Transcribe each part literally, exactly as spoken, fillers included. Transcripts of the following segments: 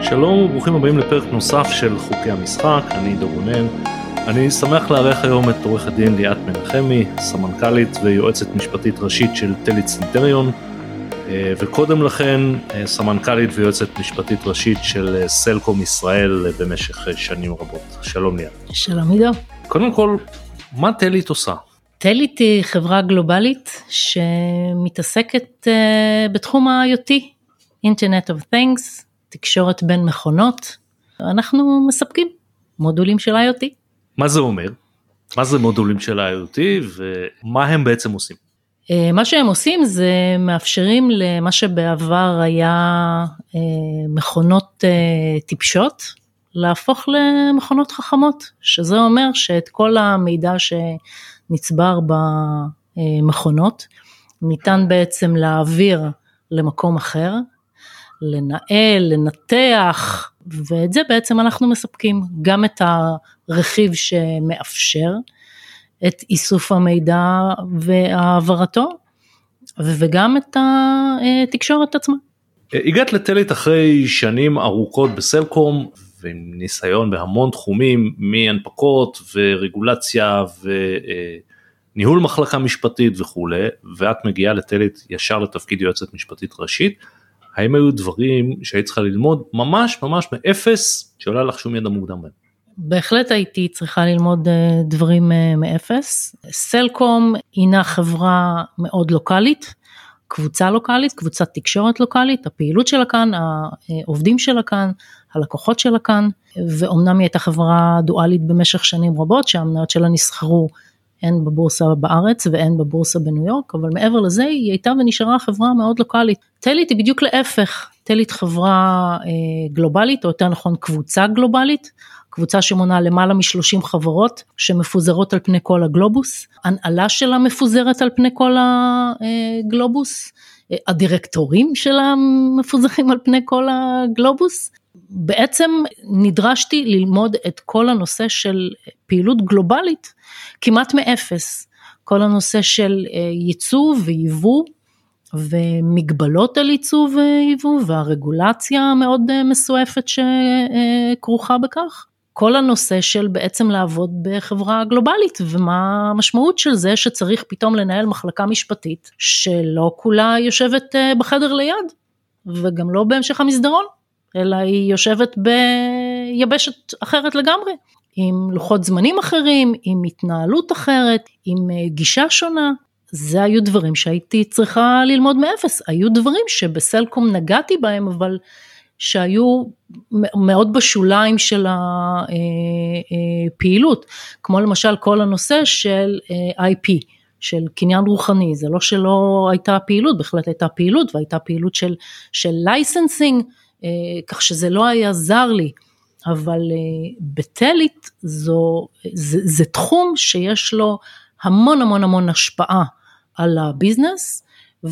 שלום וברוכים הבאים לפרק נוסף של חוקי המשחק, אני דור רונן. אני שמח לארח היום את עורך הדין ליאת מנחמי, סמנכ"לית ויועצת משפטית ראשית של טלית סנטריון, וקודם לכן סמנכ"לית ויועצת משפטית ראשית של סלקום ישראל במשך שנים רבות. שלום ליאת. שלום עידו. קודם כל, מה טלית עושה? טלית היא חברה גלובלית שמתעסקת בתחום ה-איי או טי, Internet of Things, תקשורת בין מכונות. אנחנו מספקים מודולים של איי או טי. מה זה אומר? מה זה מודולים של איי או טי ומה הם בעצם עושים? מה שהם עושים זה מאפשרים למה שבעבר היה מכונות טיפשות, להפוך למכונות חכמות, שזה אומר שאת כל המידע שנצבר במכונות, ניתן בעצם להעביר למקום אחר, לנהל, לנתח, ואת זה בעצם אנחנו מספקים, גם את הרכיב שמאפשר את איסוף המידע והעברתו, וגם את התקשורת עצמה. הגעת לטלית אחרי שנים ארוכות בסלקום, ועם ניסיון בהמון תחומים, מהנפקות ורגולציה וניהול מחלקה משפטית וכו', ואת מגיעה לטלית ישר לתפקיד יועצת משפטית ראשית. האם היו דברים שהיית צריכה ללמוד ממש ממש מאפס, שעולה לך שום ידע מוקדם בהם? בהחלט הייתי צריכה ללמוד דברים מאפס. סלקום הינה חברה מאוד לוקלית, קבוצה לוקלית, קבוצת תקשורת לוקלית, הפעילות שלה כאן, העובדים שלה כאן, הלקוחות שלה כאן, ואומנם היא הייתה חברה דואלית במשך שנים רבות, שהמניות שלה נסחרו הן בבורסה בארץ והן בבורסה בניו יורק, אבל מעבר לזה היא הייתה ונשארה חברה מאוד לוקלית. טלית היא בדיוק להפך, טלית חברה אה, גלובלית, או יותר נכון קבוצה גלובלית, קבוצה שמונה למעלה משלושים חברות, שמפוזרות על פני כל הגלובוס, הנהלה שלה מפוזרת על פני כל הגלובוס, הדירקטורים שלה מפוזרים על פני כל הגלובוס. בעצם נדרשתי ללמוד את כל הנושא של פעילות גלובלית, כמעט מאפס, כל הנושא של ייצוא ויבוא, ומגבלות על ייצוא ויבוא, והרגולציה המאוד מסועפת שכרוכה בכך, כל הנושא של בעצם לעבוד בחברה גלובלית, ומה המשמעות של זה שצריך פתאום לנהל מחלקה משפטית, שלא כולה יושבת בחדר ליד, וגם לא בהמשך המסדרון, אלא היא יושבת ביבשת אחרת לגמרי, עם לוחות זמנים אחרים, עם התנהלות אחרת, עם גישה שונה. זה היו דברים שהייתי צריכה ללמוד מאפס, היו דברים שבסלקום נגעתי בהם, אבל שהיו מאוד בשוליים של הפעילות, כמו למשל כל הנושא של איי פי, של קניין רוחני, זה לא שלא הייתה פעילות, בהחלט הייתה פעילות, והייתה פעילות של, של לייסנסינג, כך שזה לא היה זר לי, אבל בטלית זו, זה, זה תחום שיש לו המון המון המון השפעה על הביזנס,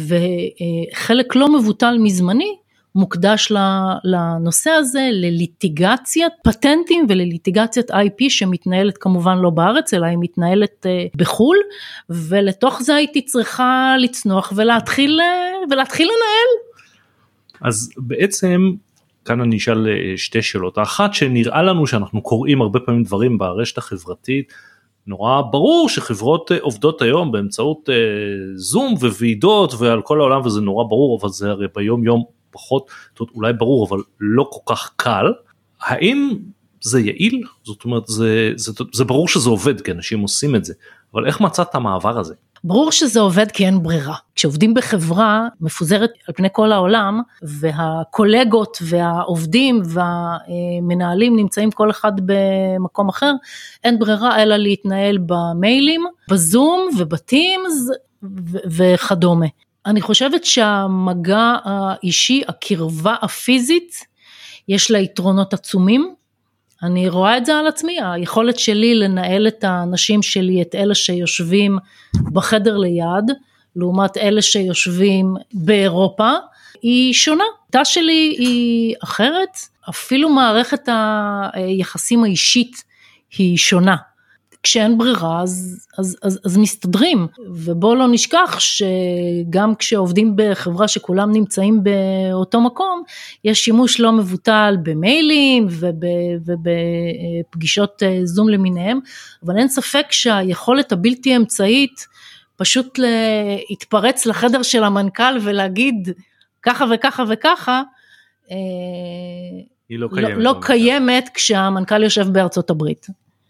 וחלק לא מבוטל מזמני, מוקדש לנושא הזה, לליטיגציית פטנטים ולליטיגציית איי פי שמתנהלת כמובן לא בארץ, אלא היא מתנהלת בחול, ולתוך זה הייתי צריכה לצנוח ולהתחיל, ולהתחיל לנהל. אז בעצם, כאן אני אשאל שתי שאלות. האחת שנראה לנו שאנחנו קוראים הרבה פעמים דברים ברשת החברתית, נורא ברור שחברות עובדות היום באמצעות זום וועידות ועל כל העולם, וזה נורא ברור, אבל זה הרי ביום יום פחות, אולי ברור, אבל לא כל כך קל. האם זה יעיל? זאת אומרת, זה, זה, זה ברור שזה עובד, כי אנשים עושים את זה, אבל איך מצאת המעבר הזה? ברור שזה עובד כי אין ברירה. כשעובדים בחברה מפוזרת על פני כל העולם, והקולגות והעובדים והמנהלים נמצאים כל אחד במקום אחר, אין ברירה אלא להתנהל במיילים, בזום ובטימס וכדומה. אני חושבת שהמגע האישי, הקרבה הפיזית, יש לה יתרונות עצומים. אני רואה את זה על עצמי, היכולת שלי לנהל את האנשים שלי, את אלה שיושבים בחדר ליד, לעומת אלה שיושבים באירופה, היא שונה. התא שלי היא אחרת, אפילו מערכת היחסים האישית היא שונה. כשאין ברירה, אז, אז, אז, אז מסתדרים, ובואו לא נשכח שגם כשעובדים בחברה שכולם נמצאים באותו מקום, יש שימוש לא מבוטל במיילים ובפגישות זום למיניהם, אבל אין ספק שהיכולת הבלתי אמצעית, פשוט להתפרץ לחדר של המנכ"ל ולהגיד ככה וככה וככה, היא לא קיימת, לא, לא קיימת כשהמנכ"ל יושב בארצות הברית.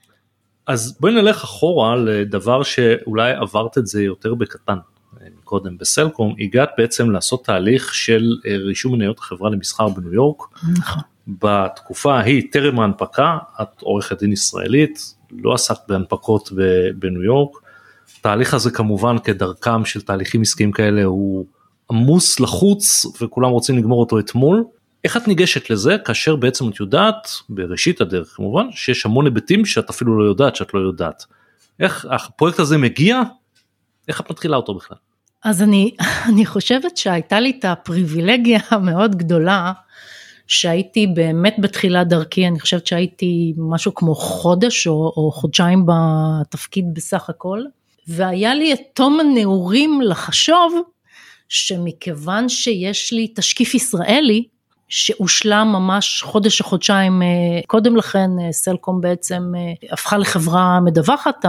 אז בואי נלך אחורה לדבר שאולי עברת את זה יותר בקטן, קודם בסלקום, הגעת בעצם לעשות תהליך של רישום מניות החברה למסחר בניו יורק, נכון. בתקופה ההיא טרם ההנפקה, את עורכת דין ישראלית, לא עסקת בהנפקות בניו יורק, התהליך הזה כמובן כדרכם של תהליכים עסקיים כאלה, הוא עמוס לחוץ וכולם רוצים לגמור אותו אתמול, איך את ניגשת לזה, כאשר בעצם את יודעת, בראשית הדרך כמובן, שיש המון היבטים שאת אפילו לא יודעת, שאת לא יודעת. איך הפרויקט הזה מגיע, איך את מתחילה אותו בכלל? אז אני, אני חושבת שהייתה לי את הפריבילגיה המאוד גדולה, שהייתי באמת בתחילת דרכי, אני חושבת שהייתי משהו כמו חודש או, או חודשיים בתפקיד בסך הכל, והיה לי את תום הנעורים לחשוב, שמכיוון שיש לי תשקיף ישראלי, שהושלם ממש חודש או חודשיים קודם לכן, סלקום בעצם הפכה לחברה מדווחת.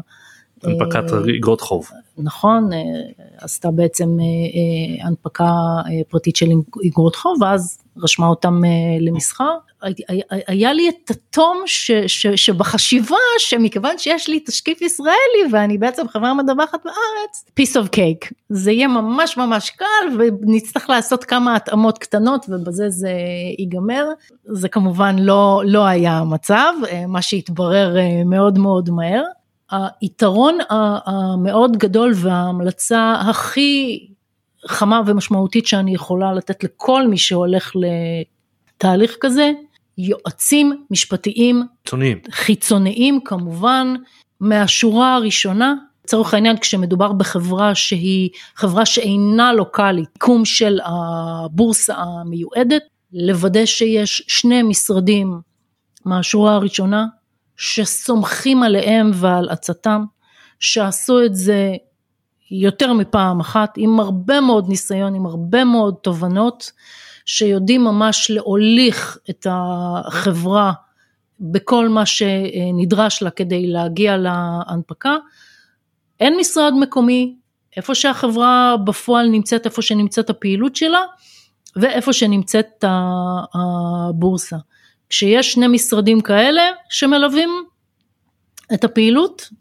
הנפקת אגרות חוב. נכון, עשתה בעצם הנפקה פרטית של אגרות חוב, ואז רשמה אותם למסחר. היה לי את התום ש, ש, שבחשיבה, שמכיוון שיש לי תשקיף ישראלי, ואני בעצם חברה מדווחת בארץ, piece of cake, זה יהיה ממש ממש קל, ונצטרך לעשות כמה התאמות קטנות, ובזה זה ייגמר. זה כמובן לא, לא היה המצב, מה שהתברר מאוד מאוד מהר. היתרון המאוד גדול, וההמלצה הכי חמה ומשמעותית, שאני יכולה לתת לכל מי שהולך לתהליך כזה, יועצים משפטיים, חיצוניים, חיצוניים כמובן, מהשורה הראשונה, לצורך העניין כשמדובר בחברה שהיא חברה שאינה לוקלית, קום של הבורסה המיועדת, לוודא שיש שני משרדים מהשורה הראשונה, שסומכים עליהם ועל עצתם, שעשו את זה יותר מפעם אחת, עם הרבה מאוד ניסיון, עם הרבה מאוד תובנות, שיודעים ממש להוליך את החברה בכל מה שנדרש לה כדי להגיע להנפקה. אין משרד מקומי, איפה שהחברה בפועל נמצאת, איפה שנמצאת הפעילות שלה, ואיפה שנמצאת הבורסה. כשיש שני משרדים כאלה שמלווים את הפעילות,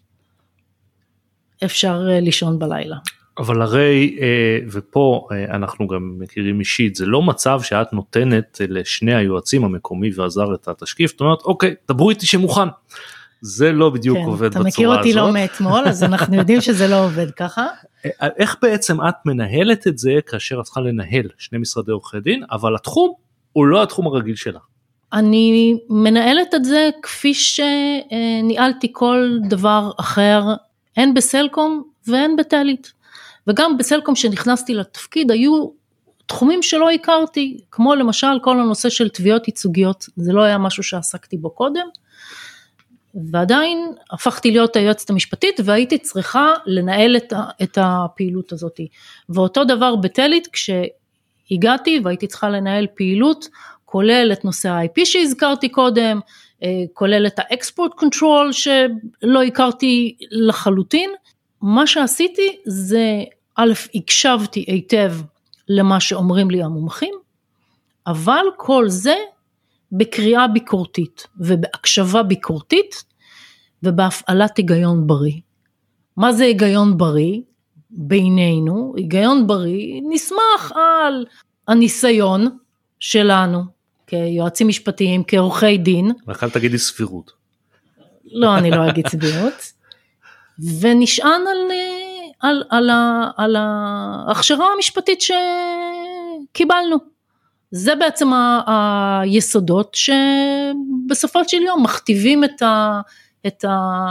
אפשר לישון בלילה. אבל הרי, ופה אנחנו גם מכירים אישית, זה לא מצב שאת נותנת לשני היועצים המקומי ועזר את התשקיף, זאת אומרת, אוקיי, דברו איתי שמוכן. זה לא בדיוק כן, עובד בצורה הזאת. אתה מכיר אותי לא מאתמול, אז אנחנו יודעים שזה לא עובד ככה. איך בעצם את מנהלת את זה, כאשר את צריכה לנהל שני משרדי עורכי דין, אבל התחום הוא לא התחום הרגיל שלה. אני מנהלת את זה כפי שניהלתי כל דבר אחר, הן בסלקום והן בטלית. וגם בסלקום שנכנסתי לתפקיד, היו תחומים שלא הכרתי, כמו למשל כל הנושא של תביעות ייצוגיות, זה לא היה משהו שעסקתי בו קודם, ועדיין הפכתי להיות היועצת המשפטית, והייתי צריכה לנהל את, את הפעילות הזאת. ואותו דבר בטלית, כשהגעתי והייתי צריכה לנהל פעילות, כולל את נושא ה-איי פי שהזכרתי קודם, כולל את ה-export control שלא הכרתי לחלוטין. מה שעשיתי זה, א', הקשבתי היטב למה שאומרים לי המומחים, אבל כל זה בקריאה ביקורתית ובהקשבה ביקורתית ובהפעלת היגיון בריא. מה זה היגיון בריא? בינינו, היגיון בריא נסמך על הניסיון שלנו, כיועצים משפטיים, כעורכי דין. ואחר תגידי סבירות. לא, אני לא אגיד סבירות. ונשען על, על, על, על ההכשרה המשפטית שקיבלנו. זה בעצם ה, היסודות שבסופו של יום מכתיבים את, ה, את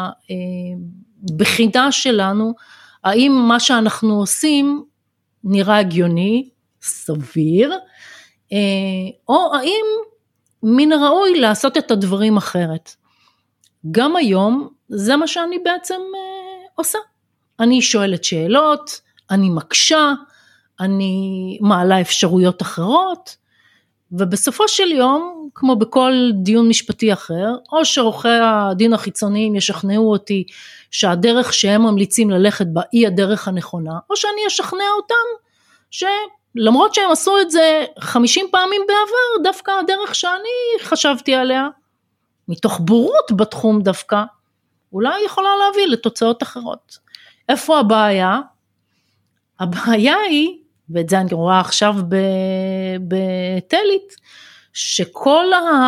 הבחינה שלנו, האם מה שאנחנו עושים נראה הגיוני, סביר, או האם מן הראוי לעשות את הדברים אחרת. גם היום זה מה שאני בעצם אה, עושה. אני שואלת שאלות, אני מקשה, אני מעלה אפשרויות אחרות, ובסופו של יום, כמו בכל דיון משפטי אחר, או שעורכי הדין החיצוניים ישכנעו אותי שהדרך שהם ממליצים ללכת בה היא הדרך הנכונה, או שאני אשכנע אותם שלמרות שהם עשו את זה חמישים פעמים בעבר, דווקא הדרך שאני חשבתי עליה, מתוך בורות בתחום דווקא, אולי יכולה להביא לתוצאות אחרות. איפה הבעיה? הבעיה היא, ואת זה אני רואה עכשיו בטלית, שכל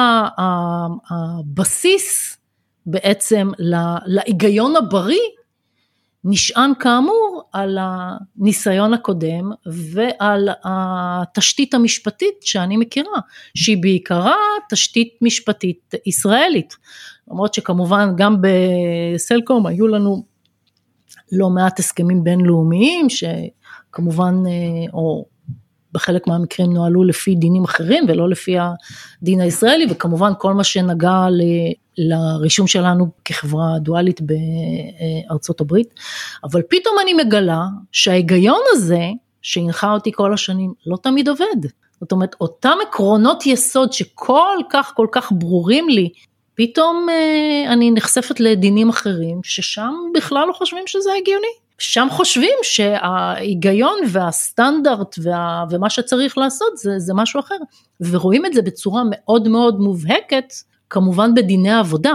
הבסיס בעצם להיגיון הבריא, נשען כאמור על הניסיון הקודם, ועל התשתית המשפטית שאני מכירה, שהיא בעיקרה תשתית משפטית ישראלית, למרות שכמובן גם בסלקום היו לנו לא מעט הסכמים בינלאומיים, שכמובן, או בחלק מהמקרים נועלו לפי דינים אחרים, ולא לפי הדין הישראלי, וכמובן כל מה שנגע לרישום שלנו כחברה דואלית בארצות הברית, אבל פתאום אני מגלה שההיגיון הזה, שהנחה אותי כל השנים, לא תמיד עובד. זאת אומרת, אותם עקרונות יסוד שכל כך כל כך ברורים לי, פתאום אני נחשפת לדינים אחרים, ששם בכלל לא חושבים שזה הגיוני. שם חושבים שההיגיון והסטנדרט וה, ומה שצריך לעשות זה, זה משהו אחר. ורואים את זה בצורה מאוד מאוד מובהקת, כמובן בדיני העבודה,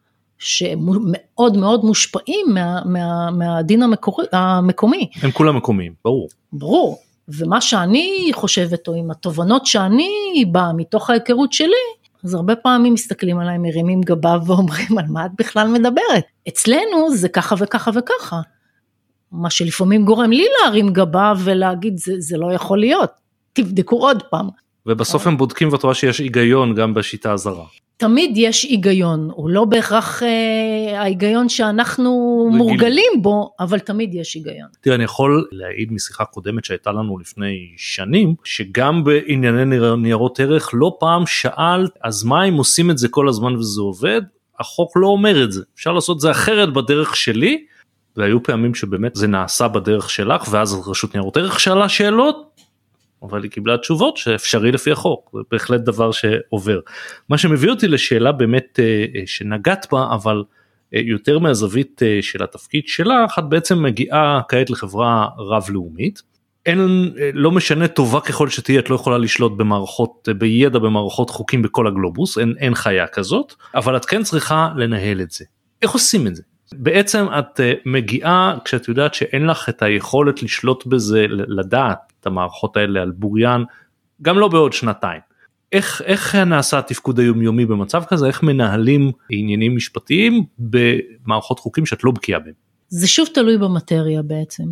שמאוד מאוד מושפעים מה, מה, מהדין המקורי, המקומי. הם כולם מקומיים, ברור. ברור. ומה שאני חושבת, או עם התובנות שאני באה מתוך ההיכרות שלי, אז הרבה פעמים מסתכלים עליי, מרימים גבה ואומרים, על מה את בכלל מדברת? אצלנו זה ככה וככה וככה. מה שלפעמים גורם לי להרים גבה ולהגיד, זה, זה לא יכול להיות. תבדקו עוד פעם. ובסוף הם בודקים ואת רואה שיש היגיון גם בשיטה הזרה. תמיד יש היגיון, הוא לא בהכרח אה, ההיגיון שאנחנו רגיל. מורגלים בו, אבל תמיד יש היגיון. תראה, אני יכול להעיד משיחה קודמת שהייתה לנו לפני שנים, שגם בענייני ניירות ערך לא פעם שאלת, אז מה אם עושים את זה כל הזמן וזה עובד? החוק לא אומר את זה, אפשר לעשות זה אחרת בדרך שלי, והיו פעמים שבאמת זה נעשה בדרך שלך, ואז רשות ניירות ערך שאלה שאלות, אבל היא קיבלה תשובות שאפשרי לפי החוק, זה בהחלט דבר שעובר. מה שמביא אותי לשאלה באמת שנגעת בה, אבל יותר מהזווית של התפקיד שלך, את בעצם מגיעה כעת לחברה רב-לאומית, אין, לא משנה טובה ככל שתהיה, את לא יכולה לשלוט במערכות, בידע במערכות חוקים בכל הגלובוס, אין, אין חיה כזאת, אבל את כן צריכה לנהל את זה. איך עושים את זה? בעצם את מגיעה כשאת יודעת שאין לך את היכולת לשלוט בזה, לדעת את המערכות האלה על בוריין, גם לא בעוד שנתיים. איך, איך נעשה התפקוד היומיומי במצב כזה? איך מנהלים עניינים משפטיים במערכות חוקים שאת לא בקיאה בהם? זה שוב תלוי במטריה בעצם.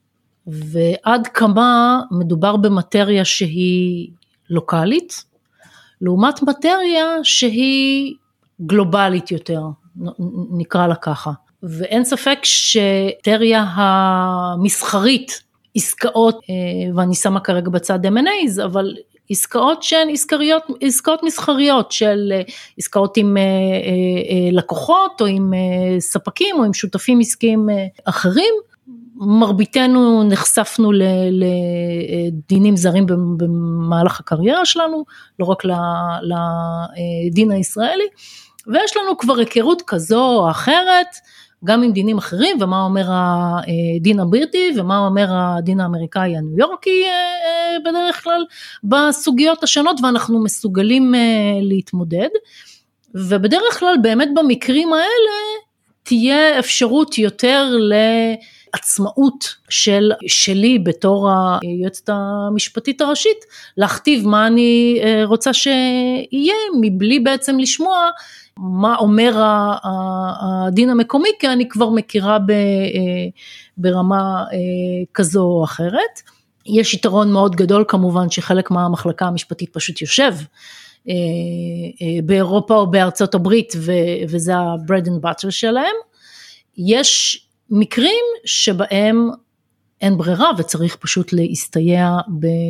ועד כמה מדובר במטריה שהיא לוקלית, לעומת מטריה שהיא גלובלית יותר, נקרא לה ככה. ואין ספק שטריה המסחרית, עסקאות, ואני שמה כרגע בצד אם אנד איז, אבל עסקאות שהן עסקריות, עסקאות מסחריות, של עסקאות עם לקוחות, או עם ספקים, או עם שותפים עסקיים אחרים, מרביתנו נחשפנו לדינים זרים במהלך הקריירה שלנו, לא רק לדין הישראלי, ויש לנו כבר היכרות כזו או אחרת, גם עם דינים אחרים, ומה אומר הדין הבריטי, ומה אומר הדין האמריקאי הניו יורקי בדרך כלל, בסוגיות השונות, ואנחנו מסוגלים להתמודד, ובדרך כלל באמת במקרים האלה, תהיה אפשרות יותר לעצמאות של, שלי בתור היועצת המשפטית הראשית, להכתיב מה אני רוצה שיהיה, מבלי בעצם לשמוע, מה אומר הדין המקומי, כי אני כבר מכירה ברמה כזו או אחרת. יש יתרון מאוד גדול כמובן, שחלק מהמחלקה המשפטית פשוט יושב באירופה או בארצות הברית, וזה ה-bread and butter שלהם. יש מקרים שבהם אין ברירה, וצריך פשוט להסתייע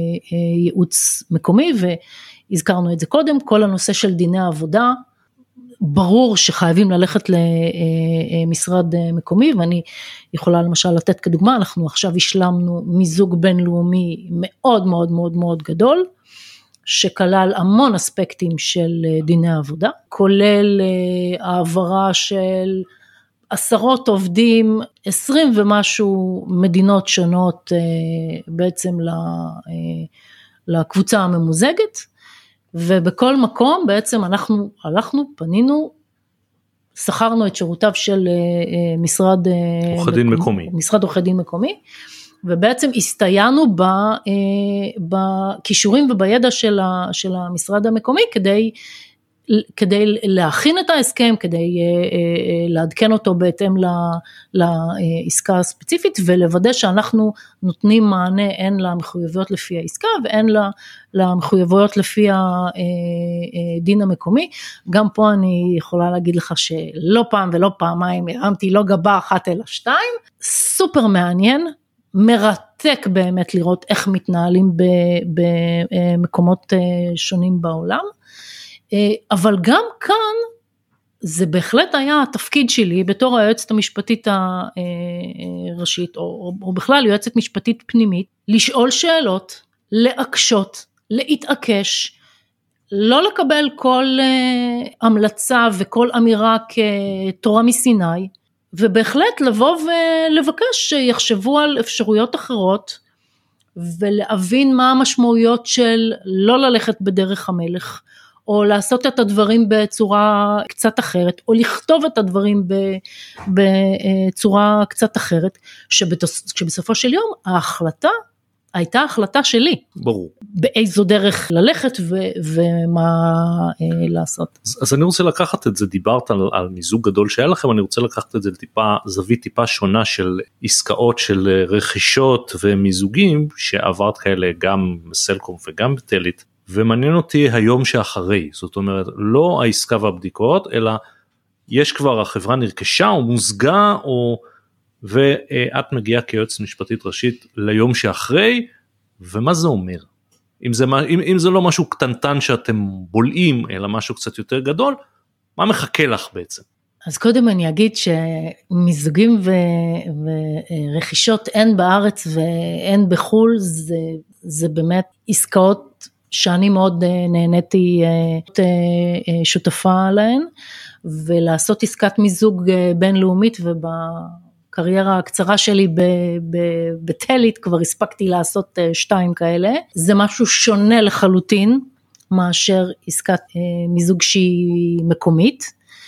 בייעוץ מקומי, והזכרנו את זה קודם, כל הנושא של דיני העבודה, ברור שחייבים ללכת למשרד מקומי, ואני יכולה למשל לתת כדוגמה, אנחנו עכשיו השלמנו מיזוג בינלאומי מאוד מאוד מאוד מאוד גדול, שכלל המון אספקטים של דיני עבודה, כולל העברה של עשרות עובדים, עשרים ומשהו מדינות שונות בעצם לקבוצה הממוזגת, ובכל מקום בעצם אנחנו הלכנו, פנינו, שכרנו את שירותיו של משרד עורכי דין מקומי, משרד עורכי דין מקומי, ובעצם הסתייענו בכישורים ובידע של של המשרד המקומי, כדי כדי להכין את ההסכם, כדי לעדכן אותו בהתאם לעסקה הספציפית, ולוודא שאנחנו נותנים מענה הן למחויבויות לפי העסקה, והן למחויבויות לפי הדין המקומי. גם פה אני יכולה להגיד לך שלא פעם ולא פעמיים, הרמתי לא גבה אחת אלא שתיים, סופר מעניין, מרתק באמת לראות איך מתנהלים במקומות שונים בעולם, אבל גם כאן, זה בהחלט היה התפקיד שלי, בתור היועצת המשפטית הראשית, או, או בכלל יועצת משפטית פנימית, לשאול שאלות, להקשות, להתעקש, לא לקבל כל המלצה וכל אמירה כתורה מסיני, ובהחלט לבוא ולבקש שיחשבו על אפשרויות אחרות, ולהבין מה המשמעויות של לא ללכת בדרך המלך, או לעשות את הדברים בצורה קצת אחרת, או לכתוב את הדברים בצורה קצת אחרת, שבסופו של יום ההחלטה הייתה החלטה שלי. ברור. באיזו דרך ללכת ו- ומה אה, לעשות. אז, אז אני רוצה לקחת את זה, דיברת על, על מיזוג גדול שהיה לכם, אני רוצה לקחת את זה לטיפה, זווית טיפה שונה של עסקאות של רכישות ומיזוגים, שעברת כאלה גם בסלקום וגם בטלית, ומעניין אותי היום שאחרי, זאת אומרת, לא העסקה והבדיקות, אלא יש כבר החברה נרכשה או מוזגה, או, ואת מגיעה כיועצת משפטית ראשית ליום שאחרי, ומה זה אומר? אם זה, אם, אם זה לא משהו קטנטן שאתם בולעים, אלא משהו קצת יותר גדול, מה מחכה לך בעצם? אז קודם אני אגיד שמיזוגים ו, ורכישות אין בארץ ואין בחול, זה, זה באמת עסקאות שאני מאוד נהניתי שותפה עליהן, ולעשות עסקת מיזוג בינלאומית, ובקריירה הקצרה שלי בטלית כבר הספקתי לעשות שתיים כאלה, זה משהו שונה לחלוטין, מאשר עסקת מיזוג שהיא מקומית,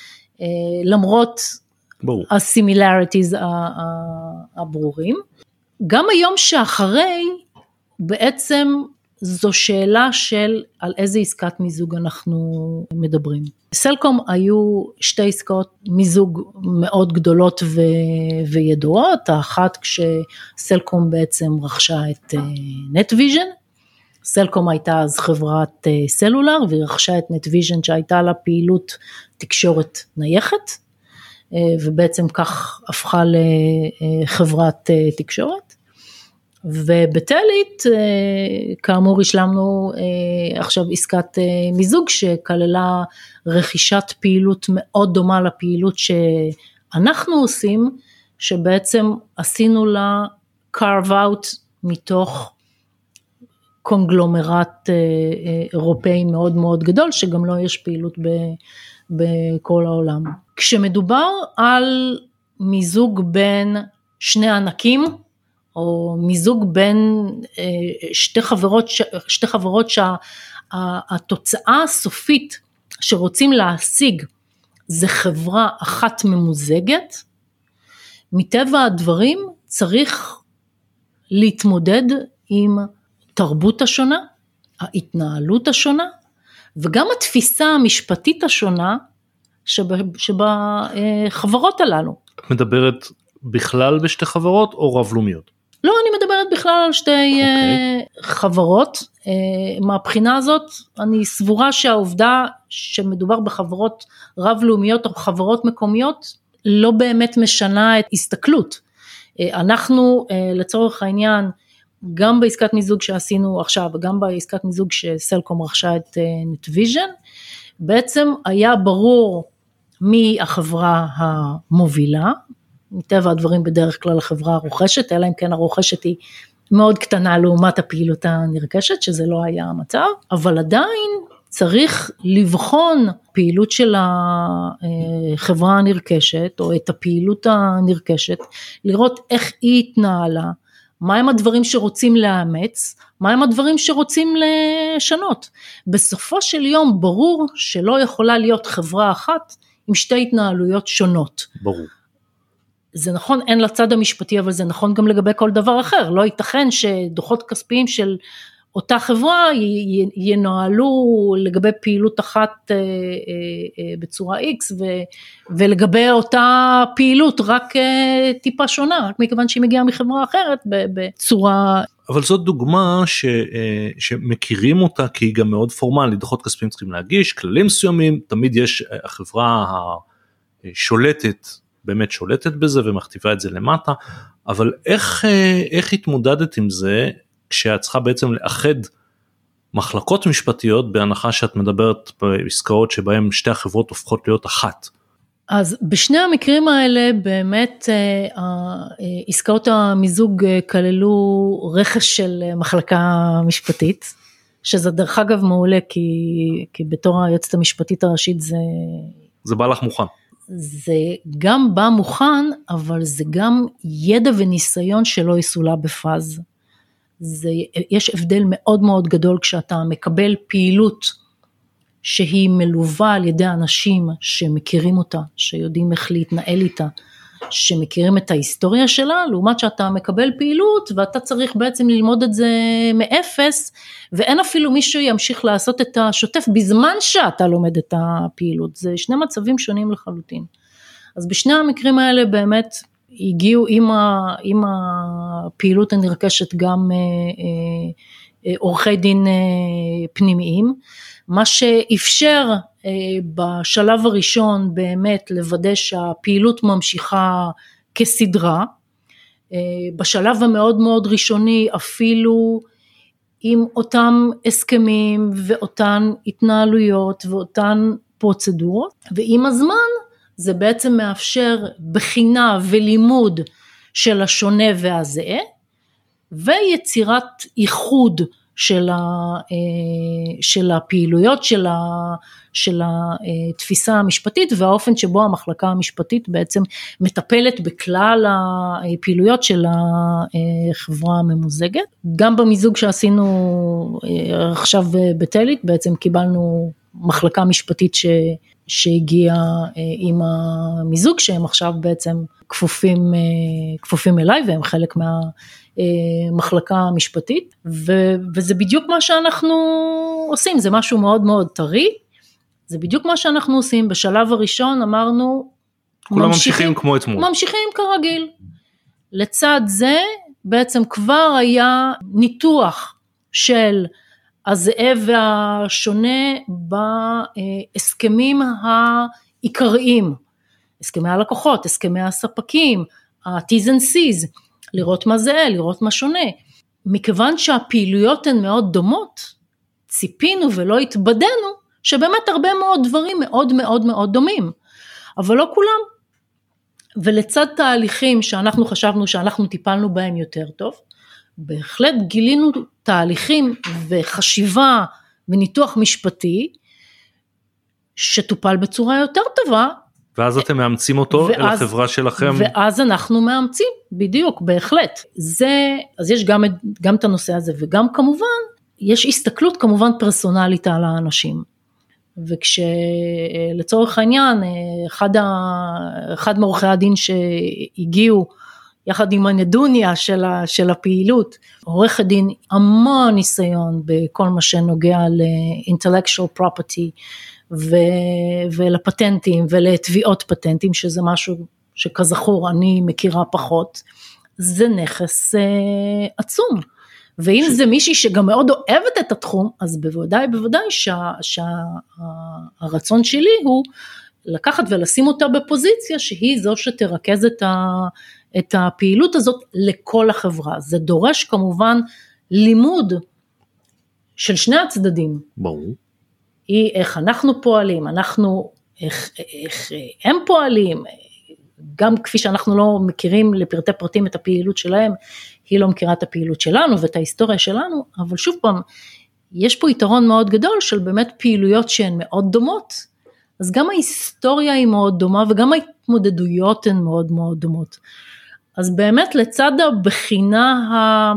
למרות הסימילריטיז הברורים. גם היום שאחרי, בעצם זו שאלה של על איזה עסקת מיזוג אנחנו מדברים. סלקום היו שתי עסקאות מיזוג מאוד גדולות ו... וידועות, האחת כשסלקום בעצם רכשה את נטוויז'ן, סלקום הייתה אז חברת סלולר, והיא רכשה את נטוויז'ן שהייתה לה פעילות תקשורת נייחת, ובעצם כך הפכה לחברת תקשורת, ובטלית, כאמור, השלמנו עכשיו עסקת מיזוג, שכללה רכישת פעילות מאוד דומה לפעילות שאנחנו עושים, שבעצם עשינו לה carve out מתוך קונגלומרט אירופאי מאוד מאוד גדול, שגם לא יש פעילות בכל העולם. כשמדובר על מיזוג בין שני ענקים, או מיזוג בין שתי חברות, שתי חברות שהתוצאה הסופית שרוצים להשיג, זה חברה אחת ממוזגת, מטבע הדברים צריך להתמודד עם תרבות השונה, ההתנהלות השונה, וגם התפיסה המשפטית השונה שבחברות הללו. את מדברת בכלל בשתי חברות או רב-לאומיות? לא, אני מדברת בכלל על שתי okay. חברות. מהבחינה הזאת, אני סבורה שהעובדה שמדובר בחברות רב-לאומיות או חברות מקומיות, לא באמת משנה את הסתכלות. אנחנו, לצורך העניין, גם בעסקת מיזוג שעשינו עכשיו, וגם בעסקת מיזוג שסלקום רכשה את נטוויז'ן, בעצם היה ברור מי החברה המובילה, מטבע הדברים בדרך כלל החברה הרוכשת, אלא אם כן הרוכשת היא מאוד קטנה לעומת הפעילות הנרכשת, שזה לא היה המצב, אבל עדיין צריך לבחון פעילות של החברה הנרכשת, או את הפעילות הנרכשת, לראות איך היא התנהלה, מהם הדברים שרוצים לאמץ, מהם הדברים שרוצים לשנות. בסופו של יום ברור שלא יכולה להיות חברה אחת עם שתי התנהלויות שונות. ברור. זה נכון, אין לצד המשפטי, אבל זה נכון גם לגבי כל דבר אחר. לא ייתכן שדוחות כספיים של אותה חברה ינוהלו לגבי פעילות אחת בצורה X, ולגבי אותה פעילות רק טיפה שונה, רק מכיוון שהיא מגיעה מחברה אחרת בצורה... אבל זאת דוגמה ש, שמכירים אותה, כי היא גם מאוד פורמלית, דוחות כספיים צריכים להגיש, כללים מסוימים, תמיד יש החברה השולטת, באמת שולטת בזה ומכתיבה את זה למטה, אבל איך, איך התמודדת עם זה, כשאת צריכה בעצם לאחד מחלקות משפטיות, בהנחה שאת מדברת בעסקאות שבהן שתי החברות הופכות להיות אחת? אז בשני המקרים האלה באמת עסקאות המיזוג כללו רכש של מחלקה משפטית, שזה דרך אגב מעולה, כי, כי בתור היועצת המשפטית הראשית זה... זה בא לך מוכן. זה גם בא מוכן, אבל זה גם ידע וניסיון שלא יסולה בפאז. זה, יש הבדל מאוד מאוד גדול כשאתה מקבל פעילות שהיא מלווה על ידי אנשים שמכירים אותה, שיודעים איך להתנהל איתה, שמכירים את ההיסטוריה שלה, לעומת שאתה מקבל פעילות ואתה צריך בעצם ללמוד את זה מאפס, ואין אפילו מישהו ימשיך לעשות את השוטף בזמן שאתה לומד את הפעילות. זה שני מצבים שונים לחלוטין. אז בשני המקרים האלה באמת הגיעו עם, ה, עם הפעילות הנרכשת גם אה, אה, עורכי דין אה, פנימיים, מה שאפשר אה, בשלב הראשון באמת לוודא שהפעילות ממשיכה כסדרה, אה, בשלב המאוד מאוד ראשוני אפילו עם אותם הסכמים ואותן התנהלויות ואותן פרוצדורות, ועם הזמן זה בעצם מאפשר בחינה ולימוד של השונה והזהה, ויצירת איחוד של, ה, של הפעילויות, של, ה, של התפיסה המשפטית, והאופן שבו המחלקה המשפטית בעצם מטפלת בכלל הפעילויות של החברה הממוזגת. גם במיזוג שעשינו עכשיו בטלית, בעצם קיבלנו מחלקה משפטית ש... שהגיע עם המיזוג, שהם עכשיו בעצם כפופים, כפופים אליי, והם חלק מהמחלקה המשפטית, ו, וזה בדיוק מה שאנחנו עושים, זה משהו מאוד מאוד טרי, זה בדיוק מה שאנחנו עושים. בשלב הראשון אמרנו, כולם ממשיכים, ממשיכים כמו אתמול. ממשיכים כרגיל. לצד זה בעצם כבר היה ניתוח של הזהה והשונה בהסכמים העיקריים, הסכמי הלקוחות, הסכמי הספקים, ה-T's and C's, לראות מה זהה, לראות מה שונה. מכיוון שהפעילויות הן מאוד דומות, ציפינו ולא התבדנו, שבאמת הרבה מאוד דברים מאוד מאוד מאוד דומים, אבל לא כולם. ולצד תהליכים שאנחנו חשבנו שאנחנו טיפלנו בהם יותר טוב, בהחלט גילינו תהליכים וחשיבה וניתוח משפטי שטופל בצורה יותר טובה. ואז אתם מאמצים אותו ואז, אל החברה שלכם. ואז אנחנו מאמצים, בדיוק, בהחלט. זה, אז יש גם, גם את הנושא הזה, וגם כמובן, יש הסתכלות כמובן פרסונלית על האנשים. וכשלצורך העניין, אחד, ה, אחד מעורכי הדין שהגיעו, יחד עם הנדוניה של, ה, של הפעילות, עורך הדין המון ניסיון בכל מה שנוגע ל-intellectual property, ו, ולפטנטים ולתביעות פטנטים, שזה משהו שכזכור אני מכירה פחות, זה נכס אה, עצום. ואם ש... זה מישהי שגם מאוד אוהבת את התחום, אז בוודאי, בוודאי שהרצון שה, שלי הוא לקחת ולשים אותה בפוזיציה, שהיא זו שתרכז את ה... את הפעילות הזאת לכל החברה. זה דורש כמובן לימוד של שני הצדדים. ברור. היא איך אנחנו פועלים, אנחנו איך, איך הם פועלים, גם כפי שאנחנו לא מכירים לפרטי פרטים את הפעילות שלהם, היא לא מכירה את הפעילות שלנו ואת ההיסטוריה שלנו, אבל שוב פעם, יש פה יתרון מאוד גדול של באמת פעילויות שהן מאוד דומות, אז גם ההיסטוריה היא מאוד דומה, וגם ההתמודדויות הן מאוד מאוד דומות. אז באמת לצד הבחינה,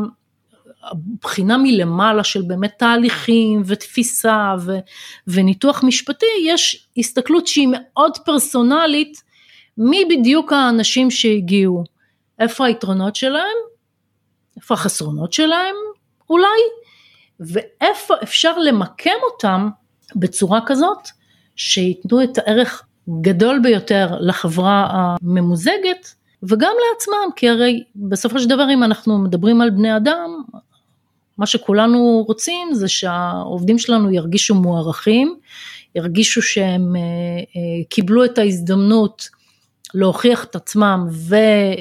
הבחינה מלמעלה של באמת תהליכים ותפיסה ו, וניתוח משפטי, יש הסתכלות שהיא מאוד פרסונלית, מי בדיוק האנשים שהגיעו, איפה היתרונות שלהם, איפה החסרונות שלהם אולי, ואיפה אפשר למקם אותם בצורה כזאת, שיתנו את הערך גדול ביותר לחברה הממוזגת, וגם לעצמם, כי הרי בסופו של דבר אם אנחנו מדברים על בני אדם, מה שכולנו רוצים זה שהעובדים שלנו ירגישו מוערכים, ירגישו שהם קיבלו את ההזדמנות להוכיח את עצמם ו,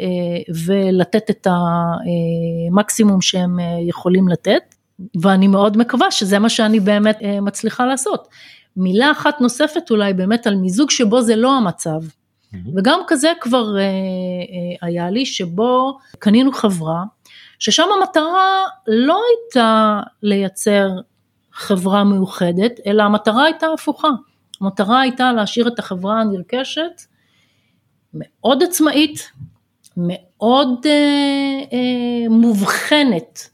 ולתת את המקסימום שהם יכולים לתת, ואני מאוד מקווה שזה מה שאני באמת מצליחה לעשות. מילה אחת נוספת אולי באמת על מיזוג שבו זה לא המצב, mm-hmm. וגם כזה כבר היה לי, שבו קנינו חברה, ששם המטרה לא הייתה לייצר חברה מאוחדת, אלא המטרה הייתה הפוכה, המטרה הייתה להשאיר את החברה הנרכשת, מאוד עצמאית, מאוד אה, אה, מובחנת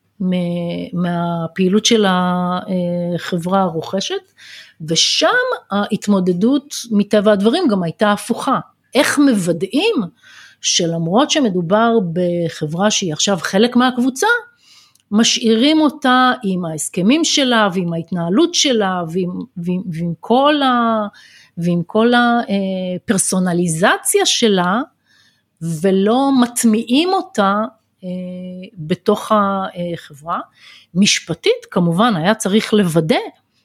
מהפעילות של החברה הרוכשת, ושם ההתמודדות מטבע הדברים גם הייתה הפוכה. איך מוודאים שלמרות שמדובר בחברה שהיא עכשיו חלק מהקבוצה, משאירים אותה עם ההסכמים שלה ועם ההתנהלות שלה ועם, ועם, ועם כל ה... ועם כל הפרסונליזציה שלה, ולא מטמיעים אותה בתוך החברה. משפטית כמובן היה צריך לוודא,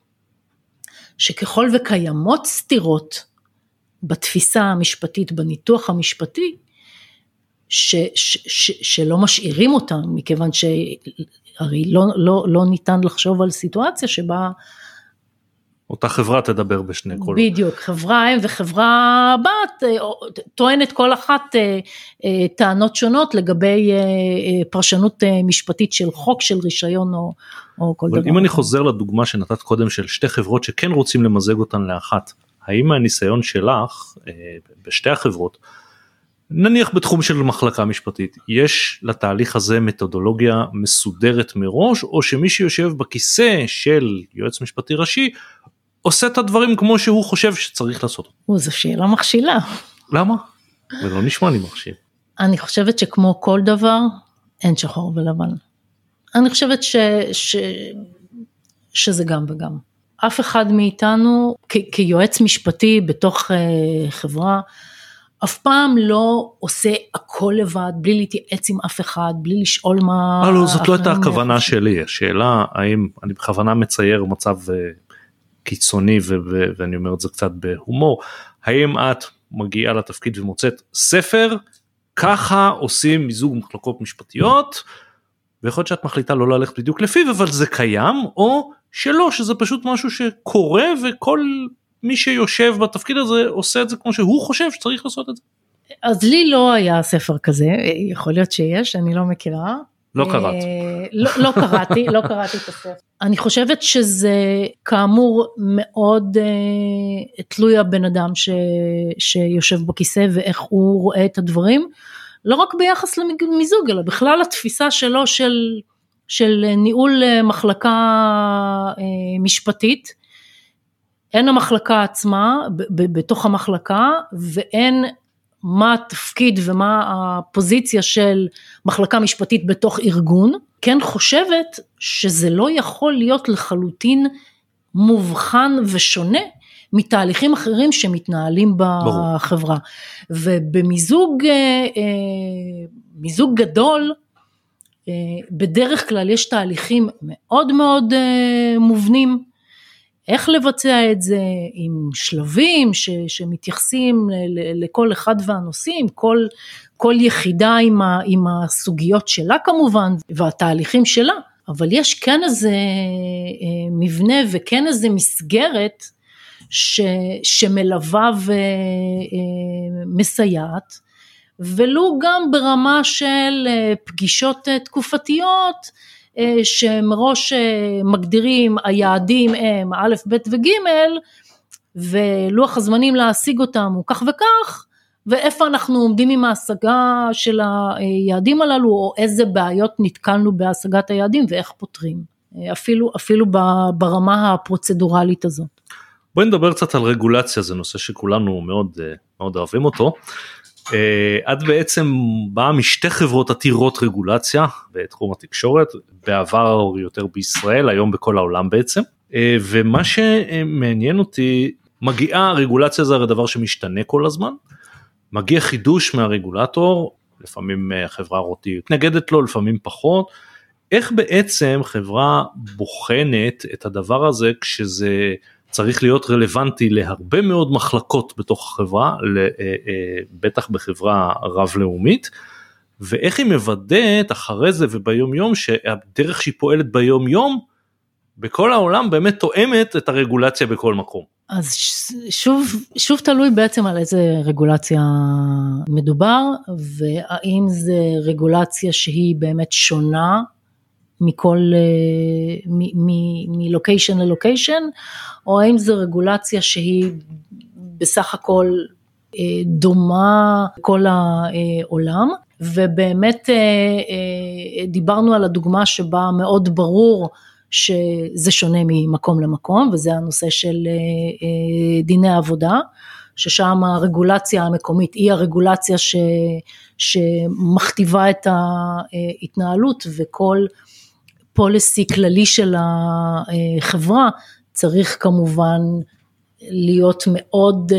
שככל וקיימות סתירות, בתפיסה המשפטית, בניתוח המשפטי, ש, ש, ש, שלא משאירים אותם, מכיוון שהרי לא, לא, לא ניתן לחשוב על סיטואציה שבה, אותה חברה תדבר בשני קולות. בדיוק, חברה אם וחברה בת, טוענת כל אחת טענות שונות לגבי פרשנות משפטית של חוק, של רישיון או, או כל דבר. אבל אם אני חוזר לדוגמה שנתת קודם של שתי חברות שכן רוצים למזג אותן לאחת, האם הניסיון שלך בשתי החברות, נניח בתחום של מחלקה משפטית, יש לתהליך הזה מתודולוגיה מסודרת מראש, או שמי שיושב בכיסא של יועץ משפטי ראשי, עושה את הדברים כמו שהוא חושב שצריך לעשות. זו שאלה מכשילה. למה? ולא נשמע לי מכשיל. אני חושבת שכמו כל דבר, אין שחור ולבן. אני חושבת ש, ש, שזה גם וגם. אף אחד מאיתנו, כ, כיועץ משפטי בתוך uh, חברה, אף פעם לא עושה הכל לבד, בלי להתייעץ עם אף אחד, בלי לשאול מה... לא, לא, זאת לא הייתה הכוונה שלי. השאלה, האם אני בכוונה מצייר מצב קיצוני, ואני אומר את זה קצת בהומור, האם את מגיעה לתפקיד ומוצאת ספר, ככה עושים מיזוג מחלקות משפטיות, ויכול להיות שאת מחליטה לא ללכת בדיוק לפיו, אבל זה קיים, או שלא, שזה פשוט משהו שקורה, וכל מי שיושב בתפקיד הזה עושה את זה כמו שהוא חושב שצריך לעשות את זה. אז לי לא היה ספר כזה, יכול להיות שיש, אני לא מכירה. לא קראת. לא, לא קראתי, לא קראתי את הספר. אני חושבת שזה כאמור מאוד uh, תלוי הבן אדם ש, שיושב בכיסא ואיך הוא רואה את הדברים, לא רק ביחס למיזוג, אלא בכלל התפיסה שלו של, של ניהול מחלקה uh, משפטית, אין המחלקה עצמה ב- ב- בתוך המחלקה, ואין מה התפקיד ומה הפוזיציה של מחלקה משפטית בתוך ארגון, כן חושבת שזה לא יכול להיות לחלוטין מובחן ושונה מתהליכים אחרים שמתנהלים בחברה. ובמיזוג מיזוג גדול, בדרך כלל יש תהליכים מאוד מאוד מובנים, איך לבצע את זה עם שלבים ש, שמתייחסים ל, לכל אחד והנושאים, כל, כל יחידה עם, ה, עם הסוגיות שלה כמובן, והתהליכים שלה, אבל יש כן איזה מבנה וכן איזה מסגרת, ש, שמלווה ומסייעת, ולו גם ברמה של פגישות תקופתיות, שמראש מגדירים היעדים הם א', ב' וג', ולוח הזמנים להשיג אותם הוא כך וכך, ואיפה אנחנו עומדים עם ההשגה של היעדים הללו, או איזה בעיות נתקלנו בהשגת היעדים, ואיך פותרים, אפילו, אפילו ברמה הפרוצדורלית הזאת. בואי נדבר קצת על רגולציה, זה נושא שכולנו מאוד, מאוד אוהבים אותו. את בעצם באה משתי חברות עתירות רגולציה בתחום התקשורת, בעבר יותר בישראל, היום בכל העולם בעצם, ומה שמעניין אותי, מגיעה הרגולציה, זה הרי דבר שמשתנה כל הזמן, מגיע חידוש מהרגולטור, לפעמים חברה רותי מתנגדת לו, לפעמים פחות, איך בעצם חברה בוחנת את הדבר הזה, כשזה צריך להיות רלוונטי להרבה מאוד מחלקות בתוך החברה, בטח בחברה רב-לאומית, ואיך היא מוודאת אחרי זה וביום יום, שהדרך שהיא פועלת ביום יום, בכל העולם באמת תואמת את הרגולציה בכל מקום. אז שוב, שוב תלוי בעצם על איזה רגולציה מדובר, והאם זה רגולציה שהיא באמת שונה, מכל, מלוקיישן ללוקיישן, או האם זו רגולציה שהיא בסך הכל דומה כל העולם, ובאמת דיברנו על הדוגמה שבה מאוד ברור שזה שונה ממקום למקום, וזה הנושא של דיני עבודה, ששם הרגולציה המקומית היא הרגולציה ש, שמכתיבה את ההתנהלות, וכל פוליסי כללי של החברה צריך כמובן להיות מאוד,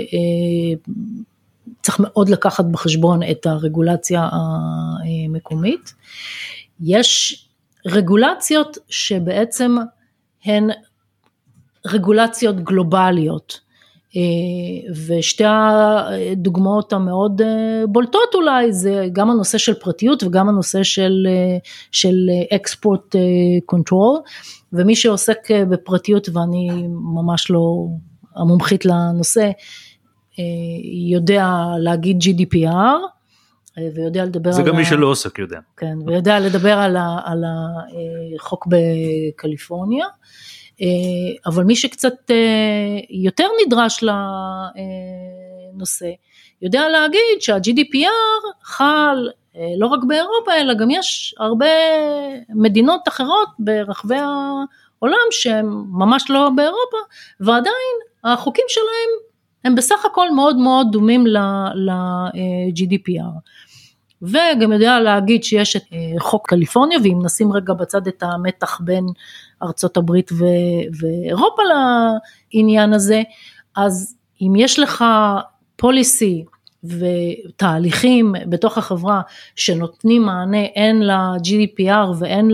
צריך מאוד לקחת בחשבון את הרגולציה המקומית. יש רגולציות שבעצם הן רגולציות גלובליות, ושתי הדוגמאות המאוד בולטות אולי, זה גם הנושא של פרטיות וגם הנושא של, של export control, ומי שעוסק בפרטיות, ואני ממש לא המומחית לנושא, יודע להגיד ג'י די פי אר, ויודע לדבר זה על... גם מי שלא עוסק יודע. כן, ויודע לדבר על, ה, על החוק בקליפורניה, אבל מי שקצת יותר נדרש לנושא, יודע להגיד שה-ג'י די פי אר חל לא רק באירופה, אלא גם יש הרבה מדינות אחרות ברחבי העולם, שהן ממש לא באירופה, ועדיין החוקים שלהם הם בסך הכל מאוד מאוד דומים ל-ג'י די פי אר. וגם יודע להגיד שיש את חוק קליפורניה, ואם נשים רגע בצד את המתח בין ארצות הברית ואירופה לעניין הזה, אז אם יש לך פוליסי ותהליכים בתוך החברה שנותנים מענה הן ל-ג'י די פי אר והן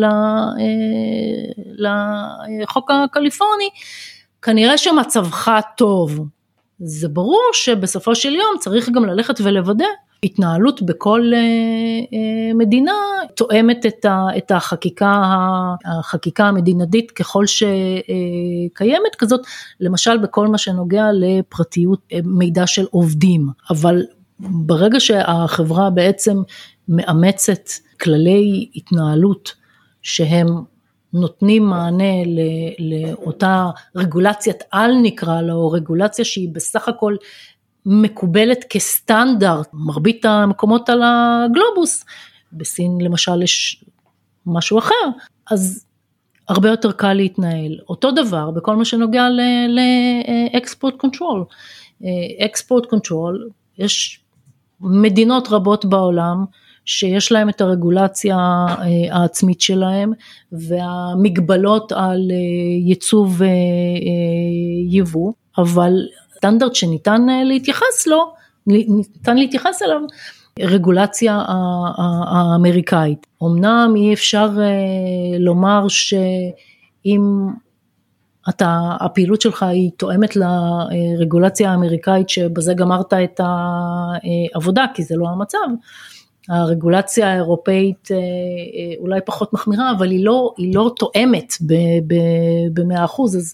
לחוק הקליפורני, כנראה שמצבך טוב. זה ברור שבסופו של יום צריך גם ללכת ולוודא, התנהלות בכל מדינה תואמת את החקיקה, החקיקה המדינתית ככל שקיימת כזאת, למשל בכל מה שנוגע לפרטיות מידע של עובדים, אבל ברגע שהחברה בעצם מאמצת כללי התנהלות שהם נותנים מענה לאותה רגולציית על נקרא לה, או רגולציה שהיא בסך הכל מקובלת כסטנדרט, מרבית המקומות על הגלובוס, בסין למשל יש משהו אחר, אז הרבה יותר קל להתנהל. אותו דבר בכל מה שנוגע ל-export control. export control, יש מדינות רבות בעולם, שיש להם את הרגולציה העצמית שלהם, והמגבלות על ייצוא ויבוא, אבל סטנדרט שניתן להתייחס לו, ניתן להתייחס אליו, רגולציה האמריקאית. אמנם אי אפשר לומר שאם אתה, הפעילות שלך היא תואמת לרגולציה האמריקאית, שבזה גמרת את העבודה, כי זה לא המצב. הרגולציה האירופאית אולי פחות מחמירה, אבל היא לא, היא לא תואמת ב-מאה אחוז, אז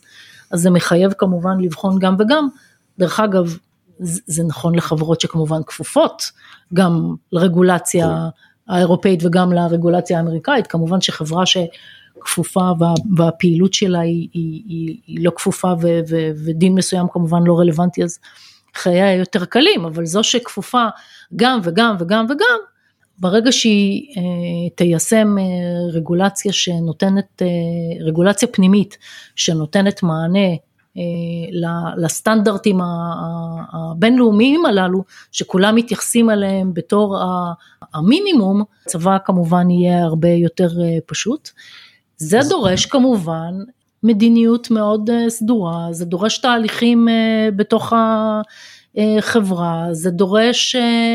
אז זה מחייב כמובן לבחון גם וגם, דרך אגב, זה נכון לחברות שכמובן כפופות, גם לרגולציה האירופאית וגם לרגולציה האמריקאית, כמובן שחברה שכפופה והפעילות שלה היא, היא, היא, היא לא כפופה ו, ו, ודין מסוים כמובן לא רלוונטי, אז חייה יותר קלים, אבל זו שכפופה גם וגם וגם וגם, ברגע שהיא אה, תיישם אה, רגולציה שנותנת, אה, רגולציה פנימית שנותנת מענה אה, לסטנדרטים הבינלאומיים הללו, שכולם מתייחסים אליהם בתור המינימום, צבא כמובן יהיה הרבה יותר אה, פשוט. זה דורש כמובן מדיניות מאוד אה, סדורה, זה דורש תהליכים אה, בתוך ה... חברה, זה דורש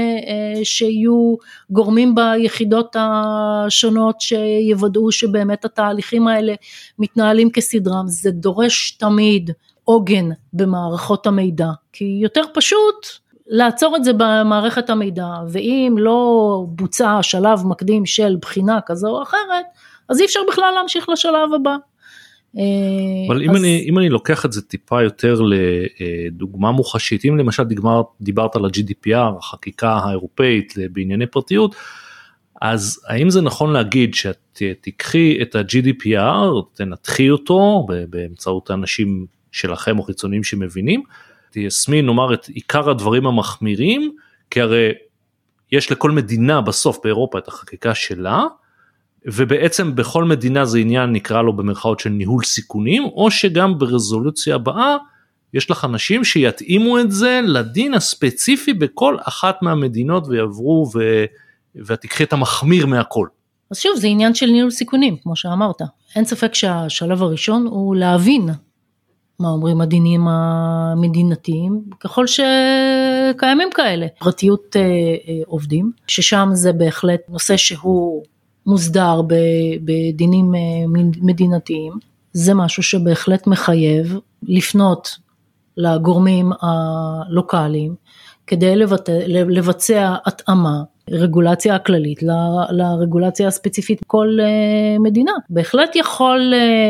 שיהיו גורמים ביחידות השונות שיוודאו שבאמת התהליכים האלה מתנהלים כסדרם, זה דורש תמיד עוגן במערכות המידע, כי יותר פשוט לעצור את זה במערכת המידע, ואם לא בוצע שלב מקדים של בחינה כזו או אחרת, אז אי אפשר בכלל להמשיך לשלב הבא. אבל אם אני, אם אני לוקח את זה טיפה יותר לדוגמה מוחשית, אם למשל דיברת על ה-ג'י די פי אר, החקיקה האירופאית בענייני פרטיות, אז האם זה נכון להגיד שאת תיקחי את ה-ג'י די פי אר, תנתחי אותו באמצעות האנשים שלכם או חיצוניים שמבינים, תיישמי נאמר את עיקר הדברים המחמירים, כי הרי יש לכל מדינה בסוף באירופה את החקיקה שלה, ובעצם בכל מדינה זה עניין נקרא לו במרכאות של ניהול סיכונים, או שגם ברזולוציה הבאה יש לך אנשים שיתאימו את זה לדין הספציפי בכל אחת מהמדינות ויעברו ו... ותקחי את המחמיר מהכל. אז שוב זה עניין של ניהול סיכונים כמו שאמרת, אין ספק שהשלב הראשון הוא להבין מה אומרים הדינים המדינתיים, ככל שקיימים כאלה, פרטיות עובדים, ששם זה בהחלט נושא שהוא מוסדר בדינים מדינתיים, זה משהו שבהחלט מחייב לפנות לגורמים הלוקליים, כדי לבצע התאמה, רגולציה הכללית לרגולציה הספציפית כל מדינה. בהחלט יכול,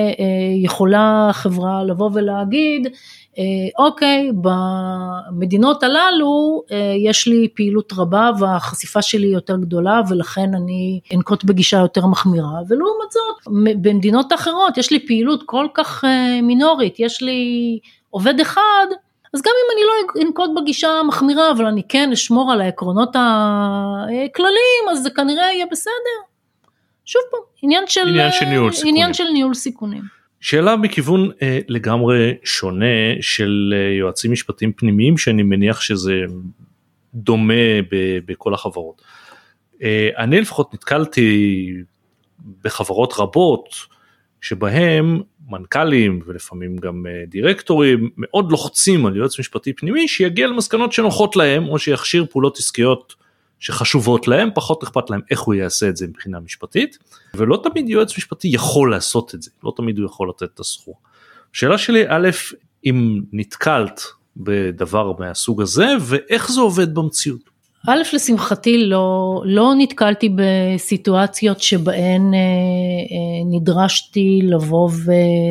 יכולה חברה לבוא ולהגיד, אוקיי, במדינות הללו יש לי פעילות רבה והחשיפה שלי יותר גדולה ולכן אני אנקוט בגישה יותר מחמירה, ולעומת זאת במדינות אחרות יש לי פעילות כל כך מינורית, יש לי עובד אחד, אז גם אם אני לא אנקוט בגישה מחמירה, אבל אני כן אשמור על העקרונות הכלליים, אז זה כנראה יהיה בסדר. שוב פה, עניין של, עניין של ניהול סיכונים. עניין של ניהול סיכונים. שאלה מכיוון אה, לגמרי שונה של אה, יועצים משפטיים פנימיים, שאני מניח שזה דומה ב, בכל החברות. אה, אני לפחות נתקלתי בחברות רבות, שבהם מנכ"לים ולפעמים גם אה, דירקטורים, מאוד לוחצים על יועץ משפטי פנימי, שיגיע למסקנות שנוחות להם, או שיכשיר פעולות עסקיות שחשובות להם, פחות אכפת להם איך הוא יעשה את זה מבחינה משפטית, ולא תמיד יועץ משפטי יכול לעשות את זה, לא תמיד הוא יכול לתת את הסחור. שאלה שלי, א', אם נתקלת בדבר מהסוג הזה, ואיך זה עובד במציאות? א', לשמחתי לא, לא נתקלתי בסיטואציות שבהן אה, אה, נדרשתי לבוא ו...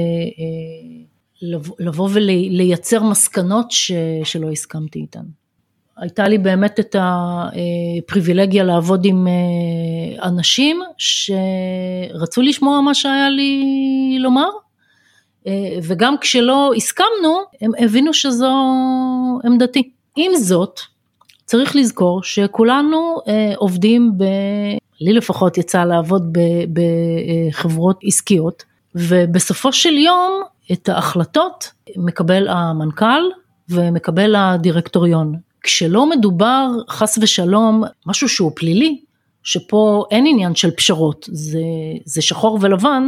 אה, לבוא ולייצר מסקנות ש, שלא הסכמתי איתן. הייתה לי באמת את הפריבילגיה לעבוד עם אנשים שרצו לשמוע מה שהיה לי לומר, וגם כשלא הסכמנו, הם הבינו שזו עמדתי. עם זאת, צריך לזכור שכולנו עובדים, ב... לי לפחות יצא לעבוד בחברות עסקיות, ובסופו של יום את ההחלטות מקבל המנכ"ל ומקבל הדירקטוריון. כשלא מדובר חס ושלום משהו שהוא פלילי, שפה אין עניין של פשרות, זה, זה שחור ולבן,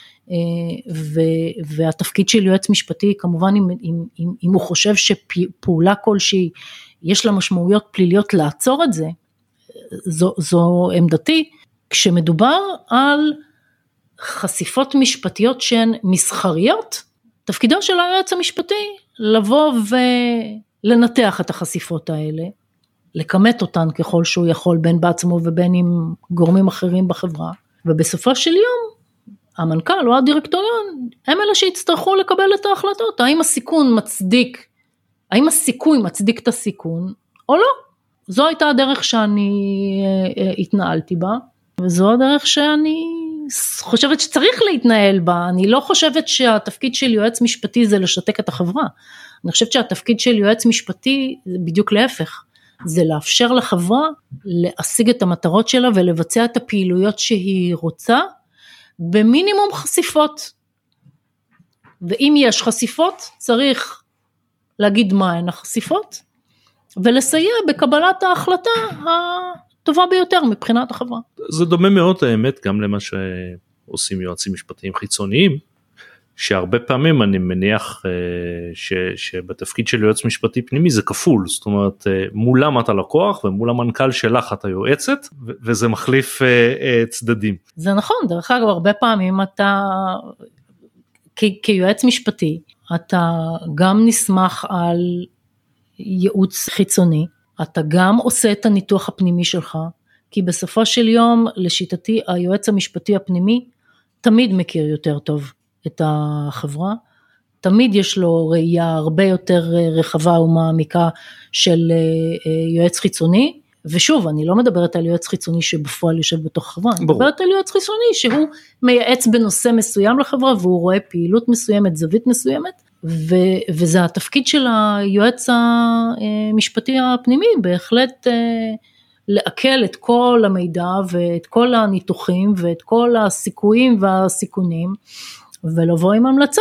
ו, והתפקיד של יועץ משפטי, כמובן אם, אם, אם, אם הוא חושב שפעולה כלשהי, יש לה משמעויות פליליות לעצור את זה, זו, זו עמדתי, כשמדובר על חשיפות משפטיות שהן מסחריות, תפקידו של היועץ המשפטי, לבוא ו... לנתח את החשיפות האלה, לקמת אותן ככל שהוא יכול, בין בעצמו ובין עם גורמים אחרים בחברה, ובסופו של יום, המנכ"ל או הדירקטוריון, הם אלה שיצטרכו לקבל את ההחלטות, האם הסיכון מצדיק, האם הסיכוי מצדיק את הסיכון, או לא. זו הייתה הדרך שאני התנהלתי בה, וזו הדרך שאני חושבת שצריך להתנהל בה. אני לא חושבת שהתפקיד של יועץ משפטי זה לשתק את החברה, אני חושבת שהתפקיד של יועץ משפטי זה בדיוק להפך, זה לאפשר לחברה להשיג את המטרות שלה ולבצע את הפעילויות שהיא רוצה, במינימום חשיפות. ואם יש חשיפות, צריך להגיד מה הן החשיפות, ולסייע בקבלת ההחלטה הטובה ביותר מבחינת החברה. זה דומה מאוד האמת גם למה שעושים יועצים משפטיים חיצוניים, שהרבה פעמים אני מניח ש, שבתפקיד של יועץ משפטי פנימי זה כפול, זאת אומרת מולם אתה לקוח ומול המנכ"ל שלך אתה יועצת, וזה מחליף צדדים. זה נכון, דרך אגב הרבה פעמים אתה כ- כיועץ משפטי, אתה גם נסמך על ייעוץ חיצוני, אתה גם עושה את הניתוח הפנימי שלך, כי בסופו של יום לשיטתי היועץ המשפטי הפנימי תמיד מכיר יותר טוב את החברה, תמיד יש לו ראייה הרבה יותר רחבה ומעמיקה של יועץ חיצוני, ושוב אני לא מדברת על יועץ חיצוני שבפועל יושב בתוך חברה, אני מדברת על יועץ חיצוני שהוא מייעץ בנושא מסוים לחברה, והוא רואה פעילות מסוימת, זווית מסוימת, ו- וזה התפקיד של היועץ המשפטי הפנימי, בהחלט לעכל את כל המידע ואת כל הניתוחים ואת כל הסיכויים והסיכונים, ולבוא עם המלצה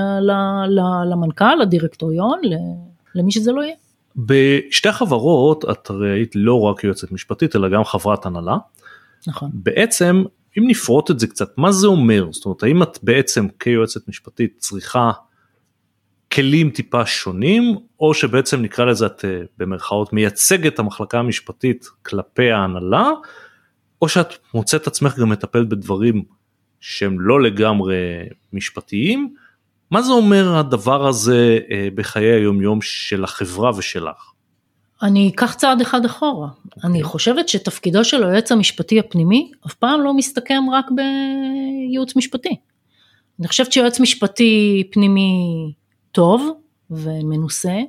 למנכ"ל, לדירקטוריון, למי שזה לא יהיה. בשתי חברות את ראית לא רק יועצת משפטית, אלא גם חברת הנהלה. נכון. בעצם, אם נפרוט את זה קצת, מה זה אומר? זאת אומרת, האם את בעצם כיועצת משפטית צריכה כלים טיפה שונים, או שבעצם נקרא לזה את במרכאות מייצגת את המחלקה המשפטית כלפי ההנהלה, או שאת מוצאת עצמך גם מטפלת בדברים שהם לא לגמרי משפטיים? מה זה אומר הדבר הזה בחיי היום יום של החברה ושלך? אני אקח צעד אחד אחורה, okay. אני חושבת שתפקידו של היועץ המשפטי הפנימי, אף פעם לא מסתכם רק בייעוץ משפטי. אני חושבת שיועץ משפטי פנימי טוב ומנוסה,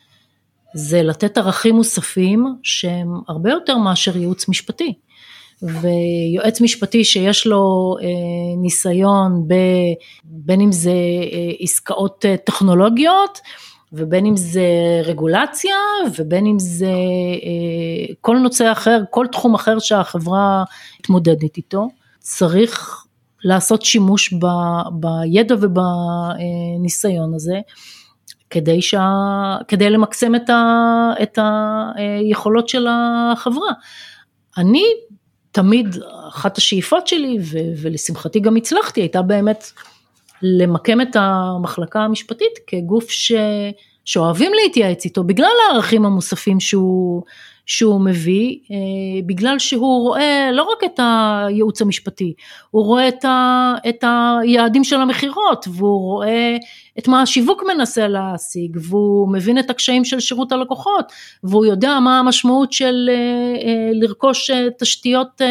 זה לתת ערכים מוספים שהם הרבה יותר מאשר ייעוץ משפטי. ויועץ משפטי שיש לו אה, ניסיון ב, בין אם זה אה, עסקאות אה, טכנולוגיות, ובין אם זה רגולציה, ובין אם זה אה, כל נושא אחר, כל תחום אחר שהחברה מתמודדת איתו, צריך לעשות שימוש ב, בידע ובניסיון הזה, כדי, שה, כדי למקסם את, ה, את היכולות של החברה. אני תמיד, אחת השאיפות שלי, ו- ולשמחתי גם הצלחתי, הייתה באמת למקם את המחלקה המשפטית כגוף ש- שאוהבים להתייעץ איתו, בגלל הערכים המוספים שהוא, שהוא מביא, בגלל שהוא רואה לא רק את הייעוץ המשפטי, הוא רואה את, ה- את היעדים של המחירות, והוא רואה את מה השיווק מנסה להשיג, והוא מבין את הקשיים של שירות הלקוחות, והוא יודע מה המשמעות של לרכוש תשתיות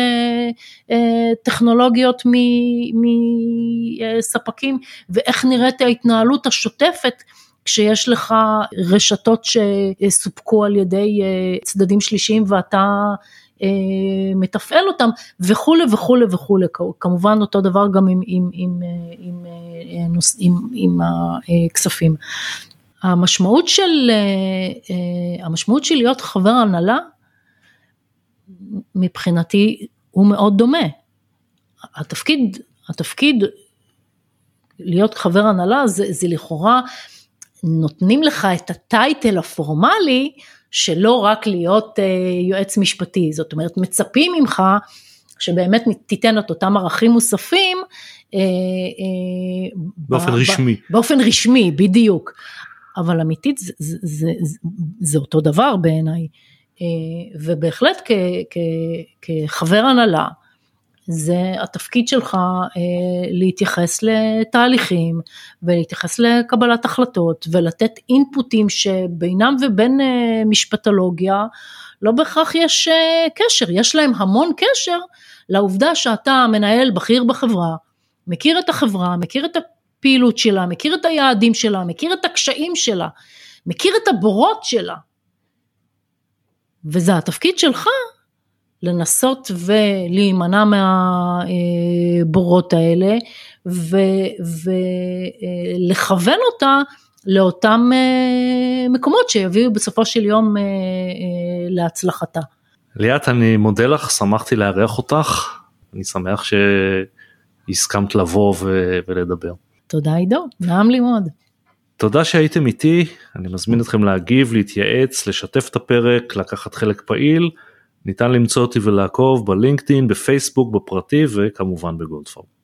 טכנולוגיות מספקים, ואיך נראית ההתנהלות השוטפת, כשיש לך רשתות שסופקו על ידי צדדים שלישיים, ואתה מתפעל אותם, וכו' וכו' וכו'. כמובן אותו דבר גם עם, עם, עם, עם, עם, עם הכספים. המשמעות של, המשמעות של להיות חבר הנהלה, מבחינתי הוא מאוד דומה. התפקיד, התפקיד להיות חבר הנהלה זה, זה לכאורה, נותנים לך את הטייטל הפורמלי, שלא רק להיות יועץ משפטי, זאת אומרת מצפים ממך, שבאמת תיתן את אותם ערכים מוספים, באופן רשמי. באופן רשמי, בדיוק, אבל אמיתית זה, זה, זה, זה אותו דבר בעיניי, ובהחלט כ, כ, כחבר הנהלה, זה התפקיד שלך להתייחס לתהליכים, ולהתייחס לקבלת החלטות, ולתת אינפוטים שבינם ובין משפטולוגיה, לא בהכרח יש קשר, יש להם המון קשר, לעובדה שאתה מנהל בכיר בחברה, מכיר את החברה, מכיר את הפעילות שלה, מכיר את היעדים שלה, מכיר את הקשיים שלה, מכיר את הבורות שלה, וזה התפקיד שלך, לנסות ולהימנע מהבורות האלה, ולכוון אותה לאותם מקומות שיביאו בסופו של יום להצלחתה. ליאת, אני מודה לך, שמחתי לארח אותך, אני שמח שהסכמת לבוא ולדבר. תודה עידו, נעם לי מאוד. תודה שהייתם איתי, אני מזמין אתכם להגיב, להתייעץ, לשתף את הפרק, לקחת חלק פעיל, ניתן למצוא אותי ולעקוב בלינקדאין, בפייסבוק, בפרטי וכמובן בגולדפארם.